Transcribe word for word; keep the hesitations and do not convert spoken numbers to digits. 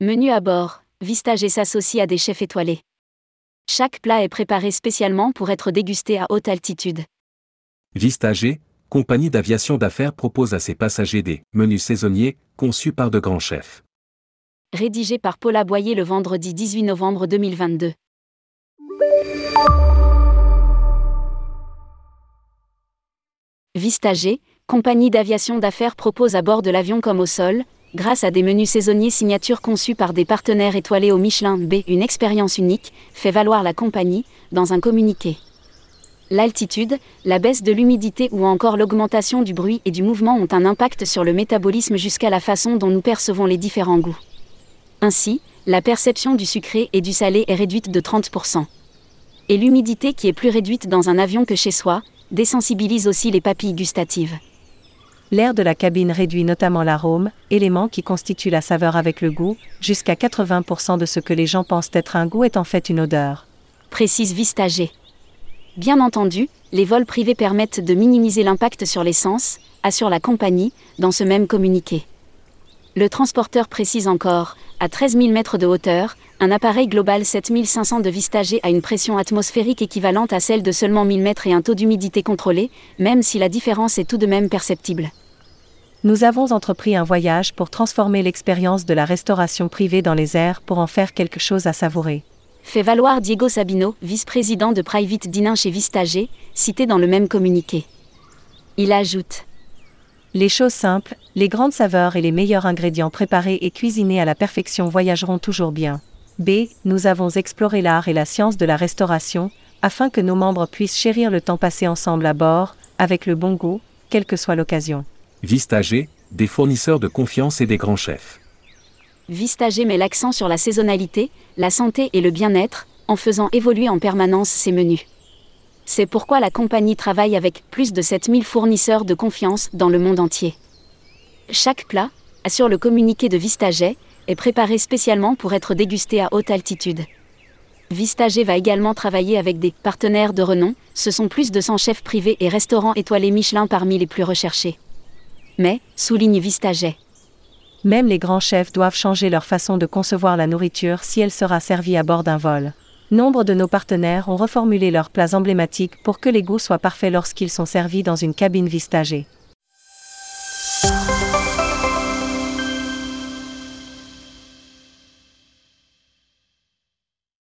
Menu à bord, Vistager s'associe à des chefs étoilés. Chaque plat est préparé spécialement pour être dégusté à haute altitude. Vistager, compagnie d'aviation d'affaires, propose à ses passagers des menus saisonniers conçus par de grands chefs. Rédigé par Paula Boyer le vendredi dix-huit novembre deux mille vingt-deux. Vistager, compagnie d'aviation d'affaires, propose à bord de l'avion comme au sol, grâce à des menus saisonniers signature conçus par des partenaires étoilés au Michelin B, une expérience unique, fait valoir la compagnie, dans un communiqué. L'altitude, la baisse de l'humidité ou encore l'augmentation du bruit et du mouvement ont un impact sur le métabolisme jusqu'à la façon dont nous percevons les différents goûts. Ainsi, la perception du sucré et du salé est réduite de trente pour cent. Et l'humidité, qui est plus réduite dans un avion que chez soi, désensibilise aussi les papilles gustatives. L'air de la cabine réduit notamment l'arôme, élément qui constitue la saveur avec le goût. Jusqu'à quatre-vingts pour cent de ce que les gens pensent être un goût est en fait une odeur. Précise Vistager. Bien entendu, les vols privés permettent de minimiser l'impact sur les sens, assure la compagnie, dans ce même communiqué. Le transporteur précise encore, à treize mille mètres de hauteur, un appareil global sept mille cinq cents de Vistager a une pression atmosphérique équivalente à celle de seulement mille mètres et un taux d'humidité contrôlé, même si la différence est tout de même perceptible. Nous avons entrepris un voyage pour transformer l'expérience de la restauration privée dans les airs pour en faire quelque chose à savourer. Fait valoir Diego Sabino, vice-président de Private Dining chez Vistager, cité dans le même communiqué. Il ajoute: les choses simples, les grandes saveurs et les meilleurs ingrédients préparés et cuisinés à la perfection voyageront toujours bien. B. Nous avons exploré l'art et la science de la restauration, afin que nos membres puissent chérir le temps passé ensemble à bord, avec le bon goût, quelle que soit l'occasion. Vistager, des fournisseurs de confiance et des grands chefs. Vistager met l'accent sur la saisonnalité, la santé et le bien-être, en faisant évoluer en permanence ses menus. C'est pourquoi la compagnie travaille avec plus de sept mille fournisseurs de confiance dans le monde entier. Chaque plat, assure le communiqué de Vistager, est préparé spécialement pour être dégusté à haute altitude. Vistager va également travailler avec des partenaires de renom, ce sont plus de cent chefs privés et restaurants étoilés Michelin parmi les plus recherchés. Mais, souligne Vistager, même les grands chefs doivent changer leur façon de concevoir la nourriture si elle sera servie à bord d'un vol. Nombre de nos partenaires ont reformulé leurs plats emblématiques pour que les goûts soient parfaits lorsqu'ils sont servis dans une cabine Vistager.